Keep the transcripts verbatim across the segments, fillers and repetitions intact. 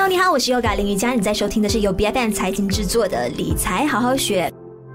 Hello， 你好，我是Yoga林瑜伽，你在收听的是由 B F M 财经制作的理财好好学。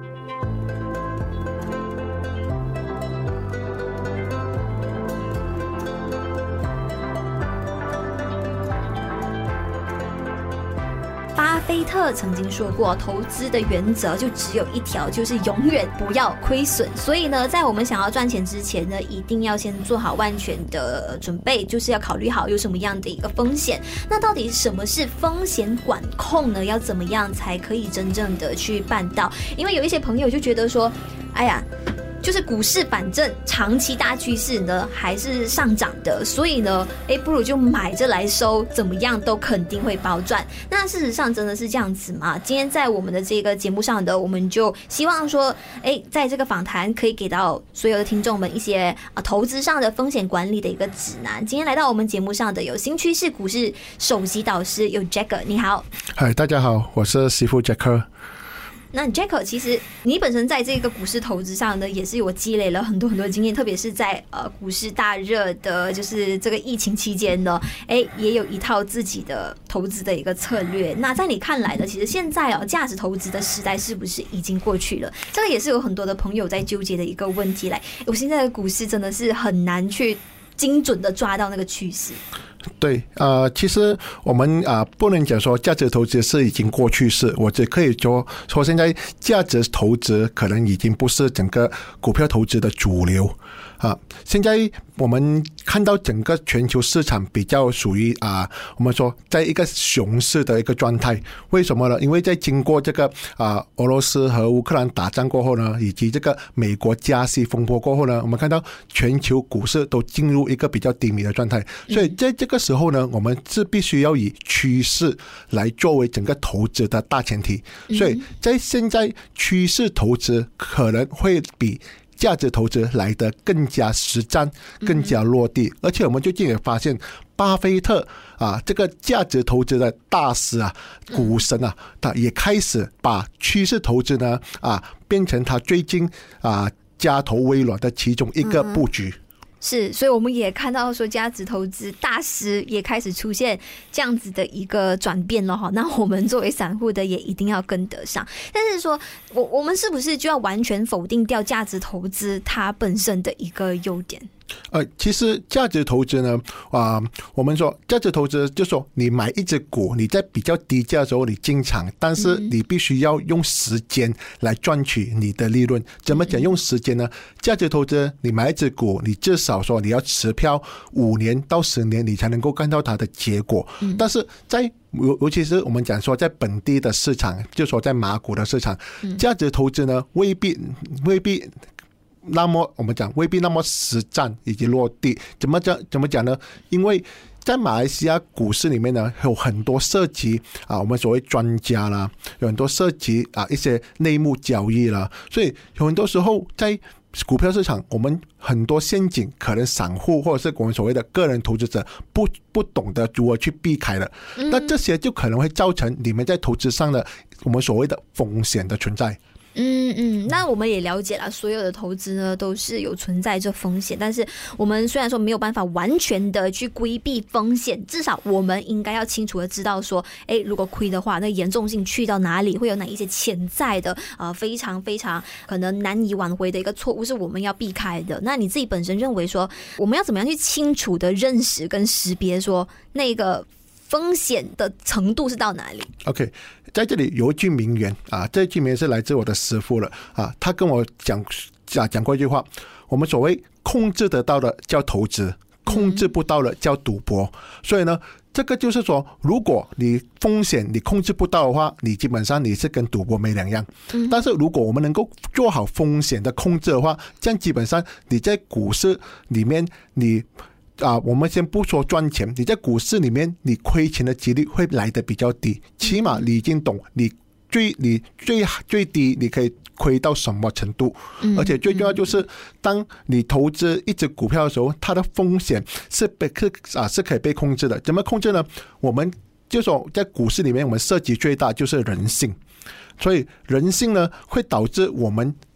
巴菲特曾经说过，投资的原则就只有一条，就是永远不要亏损。所以呢，在我们想要赚钱之前呢，一定要先做好万全的准备，就是要考虑好有什么样的一个风险。那到底什么是风险管控呢？要怎么样才可以真正的去办到？因为有一些朋友就觉得说，哎呀，就是股市反正长期大趋势呢还是上涨的，所以呢，哎，不如就买着来收，怎么样都肯定会包赚。那事实上真的是这样子吗？今天在我们的这个节目上的，我们就希望说，哎，在这个访谈可以给到所有的听众们一些、呃、投资上的风险管理的一个指南。今天来到我们节目上的有新趋势股市首席导师有 Jack， 你好。 嗨，大家好，我是师傅 Jack。 那 Jack， 其实你本身在这个股市投资上呢，也是有积累了很多很多经验，特别是在呃股市大热的，就是这个疫情期间呢，哎，也有一套自己的投资的一个策略。那在你看来呢，其实现在哦，价值投资的时代是不是已经过去了？这个也是有很多的朋友在纠结的一个问题。来，我现在的股市真的是很难去精准的抓到那个趋势。 对，呃，其实我们啊、呃、不能讲说价值投资是已经过去式，我只可以说说现在价值投资可能已经不是整个股票投资的主流啊。现在我们看到整个全球市场比较属于啊、呃，我们说在一个熊市的一个状态。为什么呢？因为在经过这个啊、呃、俄罗斯和乌克兰打仗过后呢，以及这个美国加息风波过后呢，我们看到全球股市都进入一个比较低迷的状态，所以在这个时候呢，我们是必须要以趋势来作为整个投资的大前提。所以在现在趋势投资可能会比价值投资来得更加实战，更加落地。而且我们最近也发现，巴菲特啊，这个价值投资的大师啊，股神啊，他也开始把趋势投资呢啊变成他最近啊加投微软的其中一个布局。 是，所以我们也看到说价值投资大师也开始出现这样子的一个转变了哈。那我们作为散户的也一定要跟得上。但是说我我们是不是就要完全否定掉价值投资它本身的一个优点？ 呃，其实价值投资呢，啊、呃，我们说价值投资就是说你买一只股，你在比较低价的时候你进场，但是你必须要用时间来赚取你的利润。怎么讲用时间呢？价值投资你买一只股，你至少说你要持票五年到十年，你才能够看到它的结果。但是在尤其是我们讲说在本地的市场，就说在马股的市场，价值投资呢未必未必。那么我们讲未必那么实战以及落地，怎么讲？怎么讲呢？因为在马来西亚股市里面呢，有很多涉及啊，我们所谓专家啦，有很多涉及啊一些内幕交易啦，所以有很多时候在股票市场，我们很多陷阱可能散户或者是我们所谓的个人投资者不不懂得如何去避开的，那这些就可能会造成你们在投资上的我们所谓的风险的存在。 嗯嗯，那我们也了解了，所有的投资呢都是有存在着风险，但是我们虽然说没有办法完全的去规避风险，至少我们应该要清楚的知道说，哎，如果亏的话，那严重性去到哪里，会有哪一些潜在的呃非常非常可能难以挽回的一个错误是我们要避开的。那你自己本身认为说，我们要怎么样去清楚的认识跟识别说那个风险的程度是到哪里 ？OK， 在这里有一句名言啊，这句名言是来自我的师父了啊，他跟我讲讲讲过一句话：我们所谓控制得到的叫投资，控制不到的叫赌博。嗯、所以呢，这个就是说，如果你风险你控制不到的话，你基本上你是跟赌博没两样。嗯、但是如果我们能够做好风险的控制的话，这样基本上你在股市里面你。啊，我们先不说赚钱，你在股市里面你亏钱的几率会来得比较低，起码你已经懂你最你最最低你可以亏到什么程度，而且最重要就是当你投资一只股票的时候，它的风险是被啊是可以被控制的。怎么控制呢？我们就说在股市里面，我们涉及最大就是人性，所以人性呢会导致我们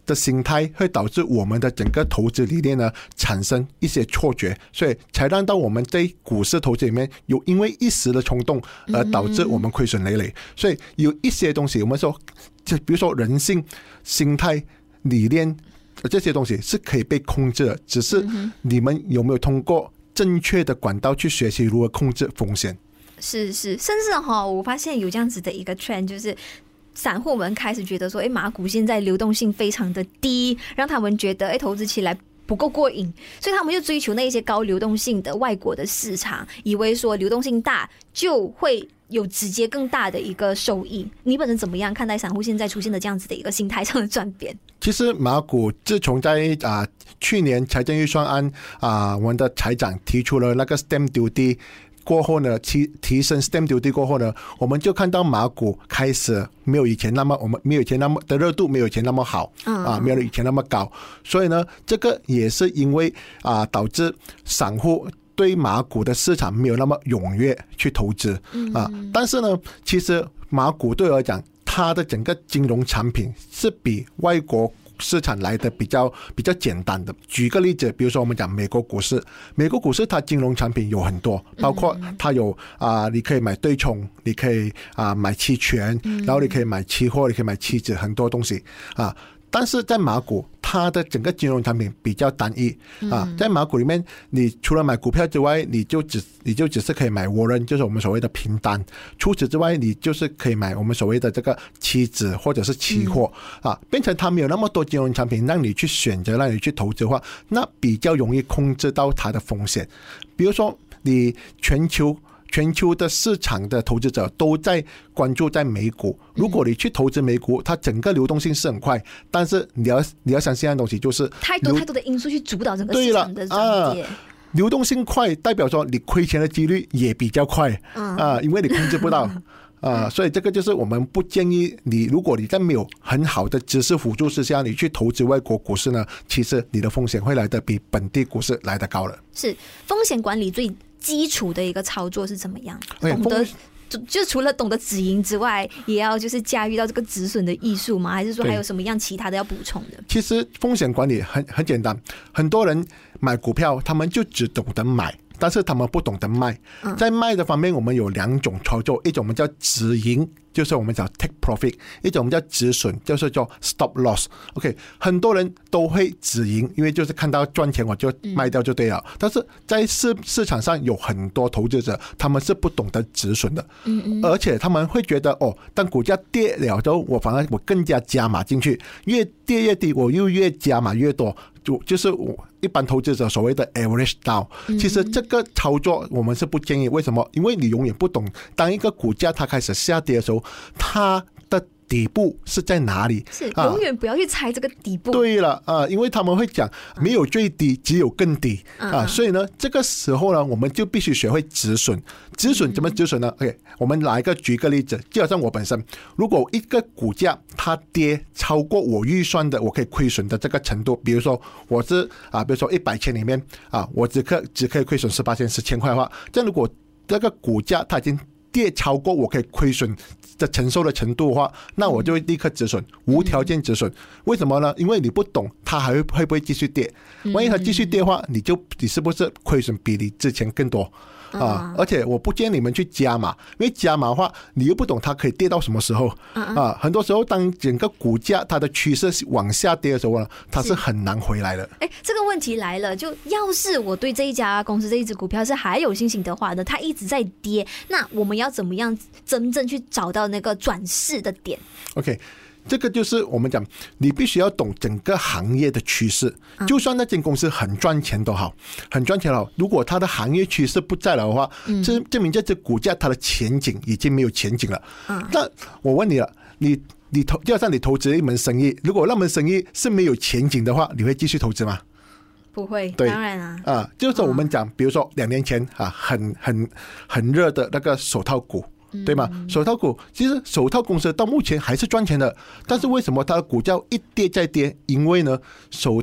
的心态会导致我们的整个投资理念呢产生一些错觉，所以才让到我们在股市投资里面有因为一时的冲动而导致我们亏损累累。所以有一些东西我们说，就比如说人性、心态、理念这些东西是可以被控制的，只是你们有没有通过正确的管道去学习如何控制风险。 是是，甚至哈，我发现有这样子的一个 trend， 就是散户们开始觉得说，哎，马股现在流动性非常的低，让他们觉得，哎，投资起来不够过瘾，所以他们就追求那一些高流动性的外国的市场，以为说流动性大就会有直接更大的一个收益。你本身怎么样看待散户现在出现的这样子的一个心态上的转变？ 其实马股自从在啊、呃、去年财政预算案啊、呃，我们的财长提出了那个 stamp duty。过后呢，提提升 stamp duty 过后呢，我们就看到马股开始没有以前那么我们没有以前那么的热度，没有以前那么好，嗯、啊，没有以前那么高，所以呢，这个也是因为啊导致散户对马股的市场没有那么踊跃去投资啊。但是呢，其实马股对我来讲，它的整个金融产品是比外国市场来的比较比较简单的。举个例子，比如说我们讲美国股市，美国股市它金融产品有很多，包括它有啊、呃，你可以买对冲，你可以啊、呃、买期权，然后你可以买期货，你可以买期指，很多东西啊。但是在马股，它的整个金融产品比较单一啊，在马股里面，你除了买股票之外，你就只你就只是可以买 warrant， 就是我们所谓的平单。除此之外，你就是可以买我们所谓的这个期指或者是期货啊，变成它没有那么多金融产品让你去选择，让你去投资的话，那比较容易控制到它的风险。比如说，你全球。全球的市场的投资者都在关注在美股，如果你去投资美股，它整个流动性是很快，但是你要你要相信的东西就是太多太多的因素去主导整个市场的转变。 流动性快代表说你亏钱的几率也比较快、嗯啊、因为你控制不到啊，所以这个就是我们不建议你，如果你在没有很好的知识辅助之下，你去投资外国股市呢，其实你的风险会来得比本地股市来得高了。 是风险管理最基础的一个操作是怎么样？懂得就, 就除了懂得止盈之外，也要就是驾驭到这个止损的艺术吗？还是说还有什么样其他的要补充的？ 其实风险管理很很简单，很多人买股票，他们就只懂得买，但是他们不懂得卖。在卖的方面，我们有两种操作，一种我们叫止盈，就是我们叫 take profit， 一种我们叫止损，就是叫 stop loss。OK， 很多人都会止盈，因为就是看到赚钱我就卖掉就对了。嗯、但是在市市场上有很多投资者，他们是不懂得止损的，嗯嗯而且他们会觉得哦，当股价跌了之后，我反而我更加加码进去，越跌越低，我又越加码越多。就就是我一般投资者所谓的 average down， 其实这个操作我们是不建议。为什么？因为你永远不懂，当一个股价它开始下跌的时候，它的底部是在哪里？ 是永远不要去猜这个底部。 啊、对了啊，因为他们会讲没有最低，只有更低、嗯、啊，所以呢，这个时候呢，我们就必须学会止损。止损怎么止损呢、嗯、？OK， 我们来一个举一个例子，就好像我本身，如果一个股价它跌超过我预算的我可以亏损的这个程度，比如说我是啊，比如说一百千里面啊，我只可只可以亏损十八千十千块的话，这样如果这个股价它已经跌超过我可以亏损的承受的程度的话，那我就会立刻止损，无条件止损。为什么呢？因为你不懂它还会会不会继续跌，万一它继续跌的话，你就你是不是亏损比你之前更多啊？而且我不建议你们去加码，因为加码的话，你又不懂它可以跌到什么时候啊。很多时候，当整个股价它的趋势往下跌的时候呢，它是很难回来的。 哎，这个问题来了，就要是我对这一家公司这一只股票是还有信心的话呢，它一直在跌，那我们要怎么样真正去找到那个转势的点 ？OK。这个就是我们讲，你必须要懂整个行业的趋势。就算那间公司很赚钱都好，很赚钱好，如果它的行业趋势不在了的话，这证明这只股价它的前景已经没有前景了。那我问你了，你你投就好像你投资一门生意，如果那门生意是没有前景的话，你会继续投资吗？ 不会， 对， 当然啊。 啊，就是我们讲，比如说两年前啊，很很很热的那个手套股。对吗？手套股其实手套公司到目前还是赚钱的，但是为什么它的股价一跌再跌？因为呢，手套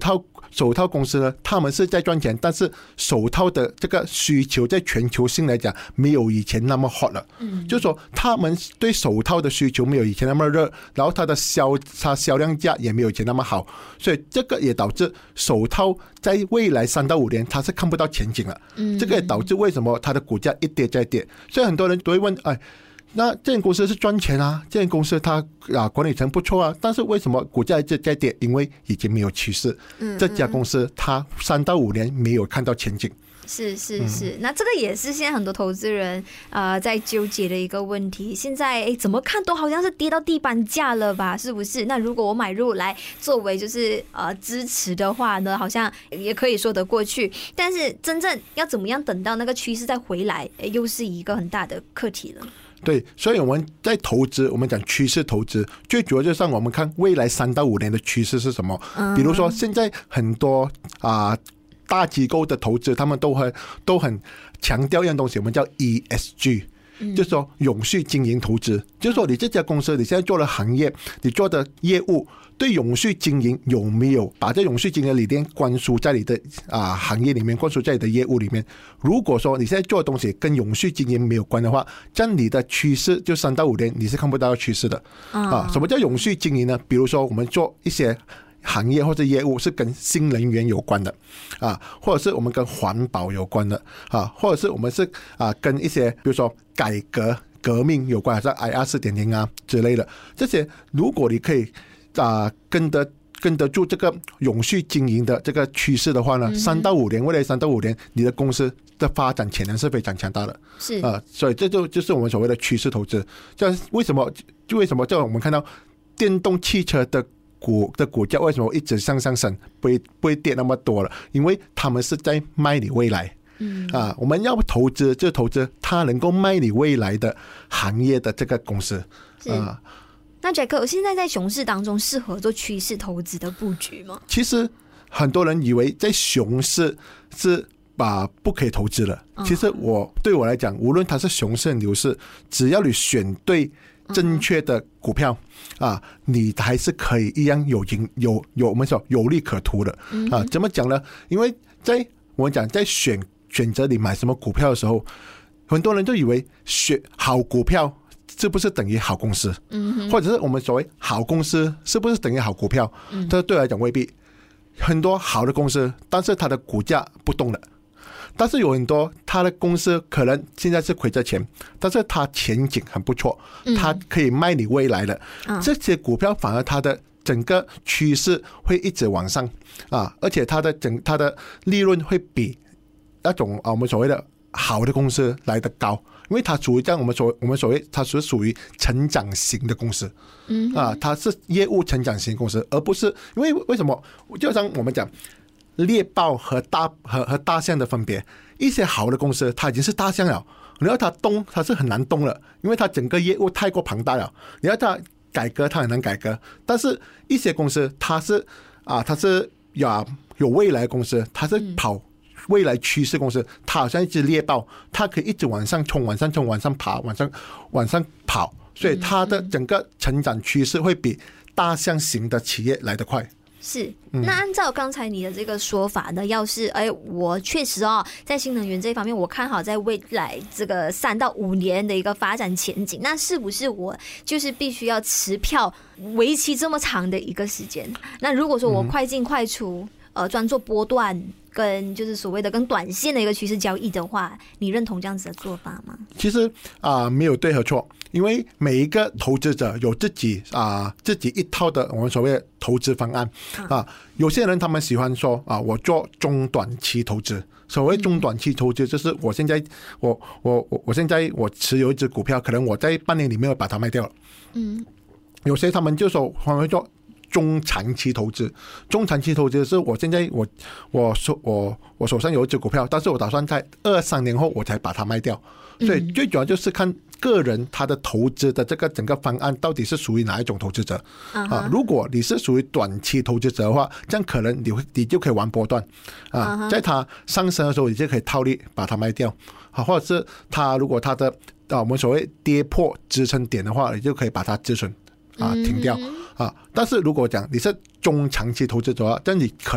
手套公司呢，他们是在赚钱，但是手套的这个需求在全球性来讲没有以前那么 hot 了。嗯，就是说他们对手套的需求没有以前那么热，然后它的销它销量价也没有以前那么好，所以这个也导致手套在未来三到五年它是看不到前景了。嗯，这个也导致为什么它的股价一跌再跌。所以很多人都会问，哎，那这间公司是赚钱啊，这间公司它啊管理层不错啊，但是为什么股价一直在跌？因为已经没有趋势，嗯嗯，这家公司它三到五年没有看到前景。 是是是、嗯，那这个也是现在很多投资人呃在纠结的一个问题。现在哎，怎么看都好像是跌到地板价了吧？是不是？那如果我买入来作为就是呃支持的话呢，好像也可以说得过去。但是真正要怎么样等到那个趋势再回来，又是一个很大的课题了。 对，所以我们在投资，我们讲趋势投资，最主要就是让我们看未来三到五年的趋势是什么。嗯、比如说，现在很多啊、呃、大机构的投资，他们都很都很强调一样东西，我们叫 E S G。就是说永续经营投资，就是说你这家公司你现在做的行业，你做的业务对永续经营有没有把这永续经营的理念灌输在你的啊行业里面，灌输在你的业务里面？如果说你现在做的东西跟永续经营没有关的话，这样你的趋势就三到五年你是看不到趋势的。啊，什么叫永续经营呢？比如说我们做一些行业或者业务是跟新能源有关的啊，或者是我们跟环保有关的啊，或者是我们是啊跟一些比如说改革革命有关，像 I R 四点零 啊之类的这些，如果你可以啊跟得跟得住这个永续经营的这个趋势的话呢，三到五年，未来三到五年，你的公司的发展潜能是非常强大的。是啊，所以这就就是我们所谓的趋势投资。像为什么就为什么叫我们看到电动汽车的股的股价为什么一直向上升，不会不会跌那么多了？因为他们是在卖你未来。嗯啊，我们要投资就投资它能够卖你未来的行业的这个公司啊。 那 Jack， 现在在熊市当中适合做趋势投资的布局吗？ 其实很多人以为在熊市是把不可以投资了。其实我对我来讲，无论它是熊市牛市，只要你选对正确的股票啊，你还是可以一样有赢有有我们说有利可图的啊。怎么讲呢？因为在我们讲在选选择你买什么股票的时候，很多人都以为选好股票是不是等于好公司？嗯，或者是我们所谓好公司是不是等于好股票？嗯，这对我来讲未必。很多好的公司，但是它的股价不动了。但是有很多他的公司可能现在是亏着钱，但是他前景很不错，他可以卖你未来的、嗯、这些股票，反而它的整个趋势会一直往上啊，而且它的整它的利润会比那种啊我们所谓的好的公司来得高，因为它属于这样我们所我们所谓它是属于成长型的公司，嗯啊，它是业务成长型公司，而不是因为为什么？就像我们讲。猎豹和大和和大象的分别，一些好的公司它已经是大象了，你要它动它是很难动了，因为它整个业务太过庞大了，你要它改革它很难改革。但是一些公司它是啊它是有有未来的公司，它是跑未来趋势公司，它好像一只猎豹，它可以一直往上冲往上冲往上爬往上往上跑，所以它的整个成长趋势会比大象型的企业来得快。 是，那按照刚才你的这个说法呢，要是哎，我确实哦，在新能源这一方面，我看好在未来这个三到五年的一个发展前景，那是不是我就是必须要持票为期这么长的一个时间？那如果说我快进快出，呃，专做波段跟就是所谓的跟短线的一个趋势交易的话，你认同这样子的做法吗？ 其实啊、呃，没有对和错，因为每一个投资者有自己啊、呃、自己一套的我们所谓的投资方案啊。有些人他们喜欢说啊，我做中短期投资。所谓中短期投资，就是我现在我我我我现在我持有一只股票，可能我在半年里面把它卖掉了。嗯，有些他们就说他们做中长期投资，中长期投资是我现在我我手我我手上有一只股票，但是我打算在二三年后我才把它卖掉，所以最主要就是看个人他的投资的这个整个方案到底是属于哪一种投资者、uh huh. 啊？如果你是属于短期投资者的话，这样可能你会你就可以玩波段啊， uh huh. 在它上升的时候你就可以套利把它卖掉啊，或者是它如果它的啊我们所谓跌破支撑点的话，你就可以把它止损啊停掉。啊，但是如果讲你是中长期投资者的话，这样你可能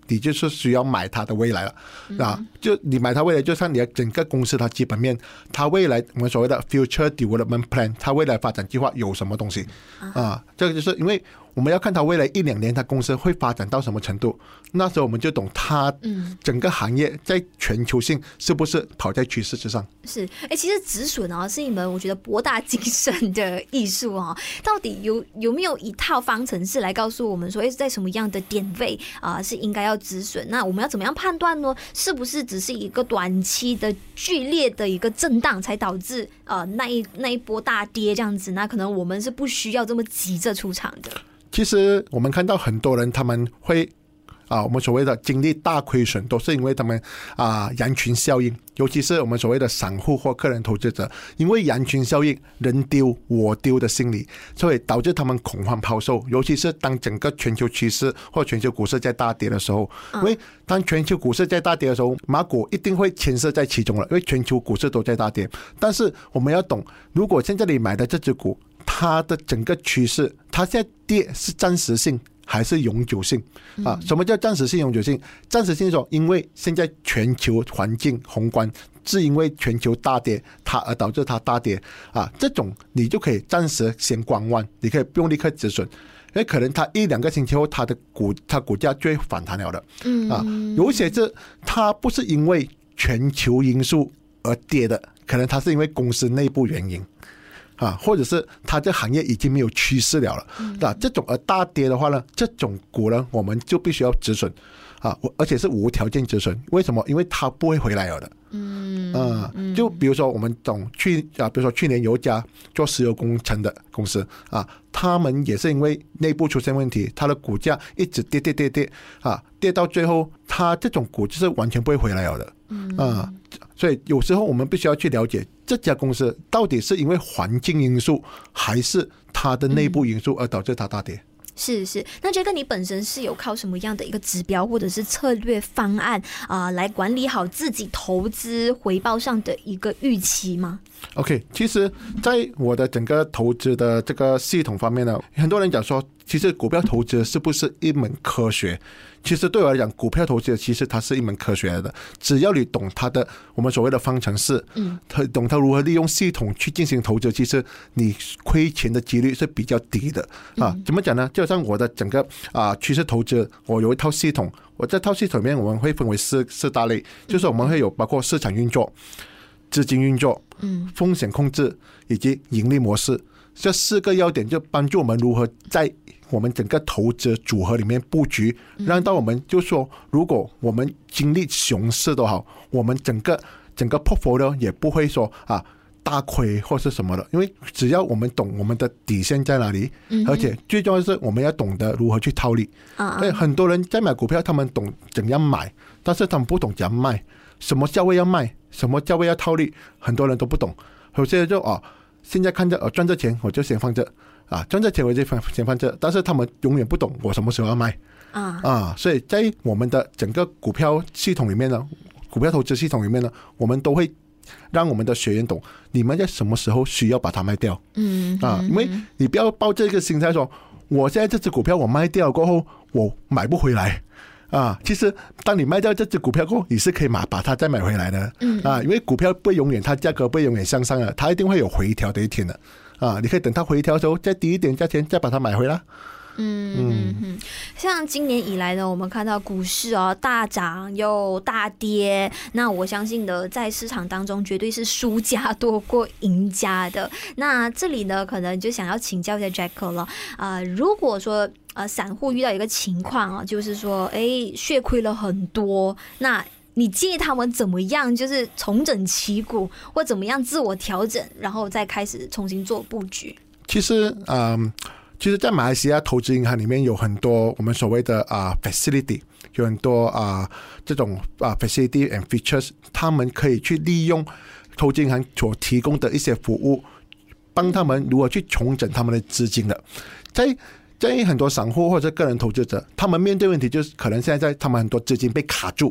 你就是需要买它的未来了、嗯、啊，就你买它未来，就像你的整个公司它基本面，它未来我们所谓的 future development plan， 它未来发展计划有什么东西、嗯、啊，这个就是因为我们要看它未来一两年它公司会发展到什么程度，那时候我们就懂它整个行业在全球性是不是跑在趋势之上。 是，哎、欸，其实止损啊是一门我觉得博大精深的艺术啊，到底有有没有一套方程式来告诉我们说，哎，在什么样的点位啊、呃、是应该要止损？那我们要怎么样判断呢？是不是只是一个短期的剧烈的一个震荡才导致呃那一那一波大跌这样子？那可能我们是不需要这么急着出场的。 其实我们看到很多人他们会啊，我们所谓的经历大亏损，都是因为他们啊羊群效应，尤其是我们所谓的散户或个人投资者，因为羊群效应，人丢我丢的心理，所以导致他们恐慌抛售。尤其是当整个全球趋势或全球股市在大跌的时候，因为当全球股市在大跌的时候，马股一定会牵涉在其中了，因为全球股市都在大跌。但是我们要懂，如果现在你买的这只股，它的整个趋势，它现在跌是暂时性还是永久性啊？什么叫暂时性、永久性？暂时性说，因为现在全球环境宏观是因为全球大跌，它而导致它大跌啊，这种你就可以暂时先观望，你可以不用立刻止损，因为可能它一两个星期后，它的股它股价就会反弹了的啊。有些是它不是因为全球因素而跌的，可能它是因为公司内部原因。啊，或者是它这行业已经没有趋势了了，那、嗯、这种而大跌的话呢，这种股呢，我们就必须要止损啊，而且是无条件止损。为什么？因为它不会回来了的。嗯，啊，就比如说我们懂去啊，比如说去年有一家做石油工程的公司啊，他们也是因为内部出现问题，它的股价一直跌跌跌跌啊，跌到最后，它这种股就是完全不会回来了的。嗯啊，所以有时候我们必须要去了解这家公司到底是因为环境因素还是它的内部因素而导致它大跌。嗯， 是是，那杰哥，你本身是有靠什么样的一个指标或者是策略方案啊、呃，来管理好自己投资回报上的一个预期吗 ？OK， 其实在我的整个投资的这个系统方面呢，很多人讲说，其实股票投资是不是一门科学？其实对我来讲，股票投资其实它是一门科学来的，只要你懂它的我们所谓的方程式，嗯，懂它如何利用系统去进行投资，其实你亏钱的几率是比较低的啊。怎么讲呢？就像我的整个啊趋势投资，我有一套系统，我这套系统里面我们会分为四四大类，就是我们会有包括市场运作、资金运作、嗯，风险控制以及盈利模式。这四个要点就帮助我们如何在我们整个投资组合里面布局，让到我们就说，如果我们经历熊市都好，我们整个整个 portfolio 也不会说啊大亏或是什么的，因为只要我们懂我们的底线在哪里，而且最重要的是我们要懂得如何去套利。所以很多人在买股票，他们懂怎样买，但是他们不懂怎样卖，什么价位要卖，什么价位要套利，很多人都不懂。有些人就哦。现在看着呃赚这钱我就先放这啊，赚这钱我就先放这，但是他们永远不懂我什么时候要卖啊啊，所以在我们的整个股票系统里面呢，股票投资系统里面呢，我们都会让我们的学员懂你们在什么时候需要把它卖掉。嗯啊，因为你不要抱这个心态说，我现在这只股票我卖掉过后我买不回来。啊，其实当你卖掉这只股票过后，你是可以买把它再买回来的。嗯啊，因为股票不会永远，它价格不会永远向上的，它一定会有回调的一天的。啊，你可以等它回调的时候再低一点价钱再把它买回来。 嗯嗯嗯，像今年以来呢，我们看到股市哦大涨又大跌，那我相信的在市场当中绝对是输家多过赢家的。那这里呢，可能就想要请教一下 Jack 了啊、呃，如果说呃散户遇到一个情况啊，就是说哎血亏了很多，那你建议他们怎么样，就是重整旗鼓，或怎么样自我调整，然后再开始重新做布局？ 其实嗯。其实在马来西亚投资银行里面有很多我们所谓的啊 facility， 有很多啊这种啊 facility and features， 他们可以去利用投资银行所提供的一些服务，帮他们如何去重整他们的资金的。在在很多散户或者个人投资者，他们面对问题就是可能现在在他们很多资金被卡住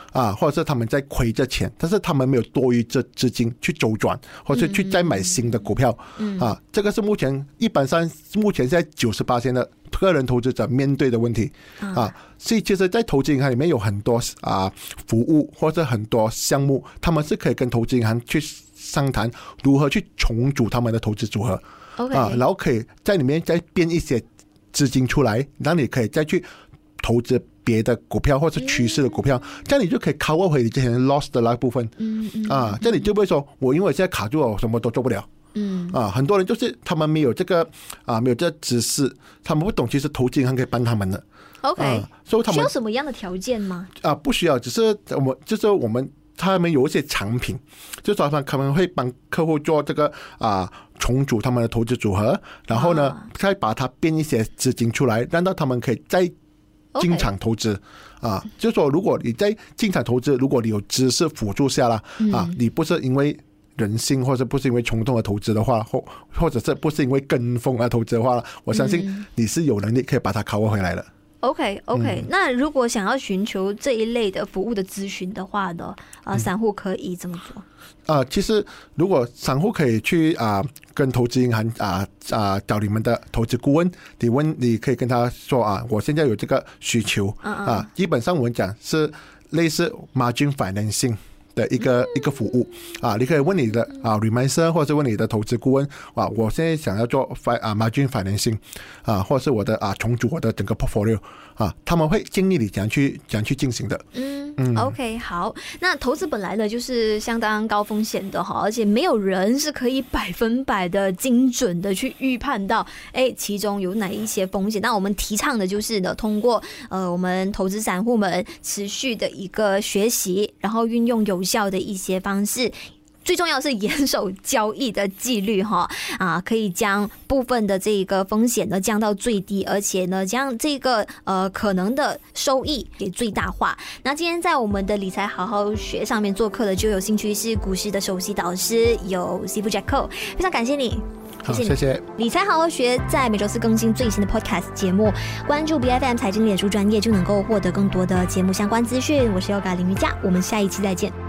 啊，或者是他们在亏着钱，但是他们没有多余这资金去周转，或者去再买新的股票，嗯、啊，这个是目前一般上目前现在九十八%的个人投资者面对的问题啊。所以其实，在投资银行里面有很多啊服务或者很多项目，他们是可以跟投资银行去商谈如何去重组他们的投资组合。 Okay. 啊，然后可以在里面再变一些资金出来，让你可以再去投资别的股票或者趋势的股票，嗯、这样你就可以 cover 回你之前 lost 的那部分。嗯嗯啊，这样你就不会说我因为现在卡住了，我什么都做不了。嗯啊，很多人就是他们没有这个啊，没有这个知识，他们不懂，其实投资银行可以帮他们的。 OK， 啊、所以他们需要什么样的条件吗？ 啊，不需要，只是我们就是我们。他们有一些产品，就是他们可能会帮客户做这个啊重组他们的投资组合，然后呢，再把它变一些资金出来，让到他们可以再进场投资。Okay. 啊，就是说，如果你在进场投资，如果你有知识辅助下啦，嗯、啊，你不是因为人性或者不是因为冲动的投资的话，或或者是不是因为跟风而投资的话，我相信你是有能力可以把它cover回来的。 OK OK，、嗯、那如果想要寻求这一类的服务的咨询的话呢，啊、呃，散户可以怎么做？ 啊、呃，其实如果散户可以去啊、呃、跟投资银行啊啊、呃、找你们的投资顾问，你问你可以跟他说啊，我现在有这个需求啊、嗯嗯呃，基本上我们讲是类似 margin financing。的一个、嗯、一个服务啊，你可以问你的啊 reminder 或者问你的投资顾问啊，我现在想要做 fi 啊 margin financing 啊，或者是我的啊重组我的整个 portfolio 啊，他们会建议你怎样去怎样去进行的。 嗯嗯 ，OK， 好，那投资本来呢就是相当高风险的哈，而且没有人是可以百分百的精准的去预判到，哎，其中有哪一些风险。那我们提倡的就是呢，通过呃我们投资散户们持续的一个学习，然后运用有效的一些方式，最重要是严守交易的纪律哈啊，可以将部分的这个风险呢降到最低，而且呢将这个呃可能的收益给最大化。那今天在我们的理财好好学上面做课的就有兴趣是股市的首席导师有 Sifu Jacko， 非常感谢你。 好，谢谢。 理财好好学在每周四更新最新的 podcast 节目，关注 B F M 财经脸书专页就能够获得更多的节目相关资讯。我是Yoga林瑜伽，我们下一期再见。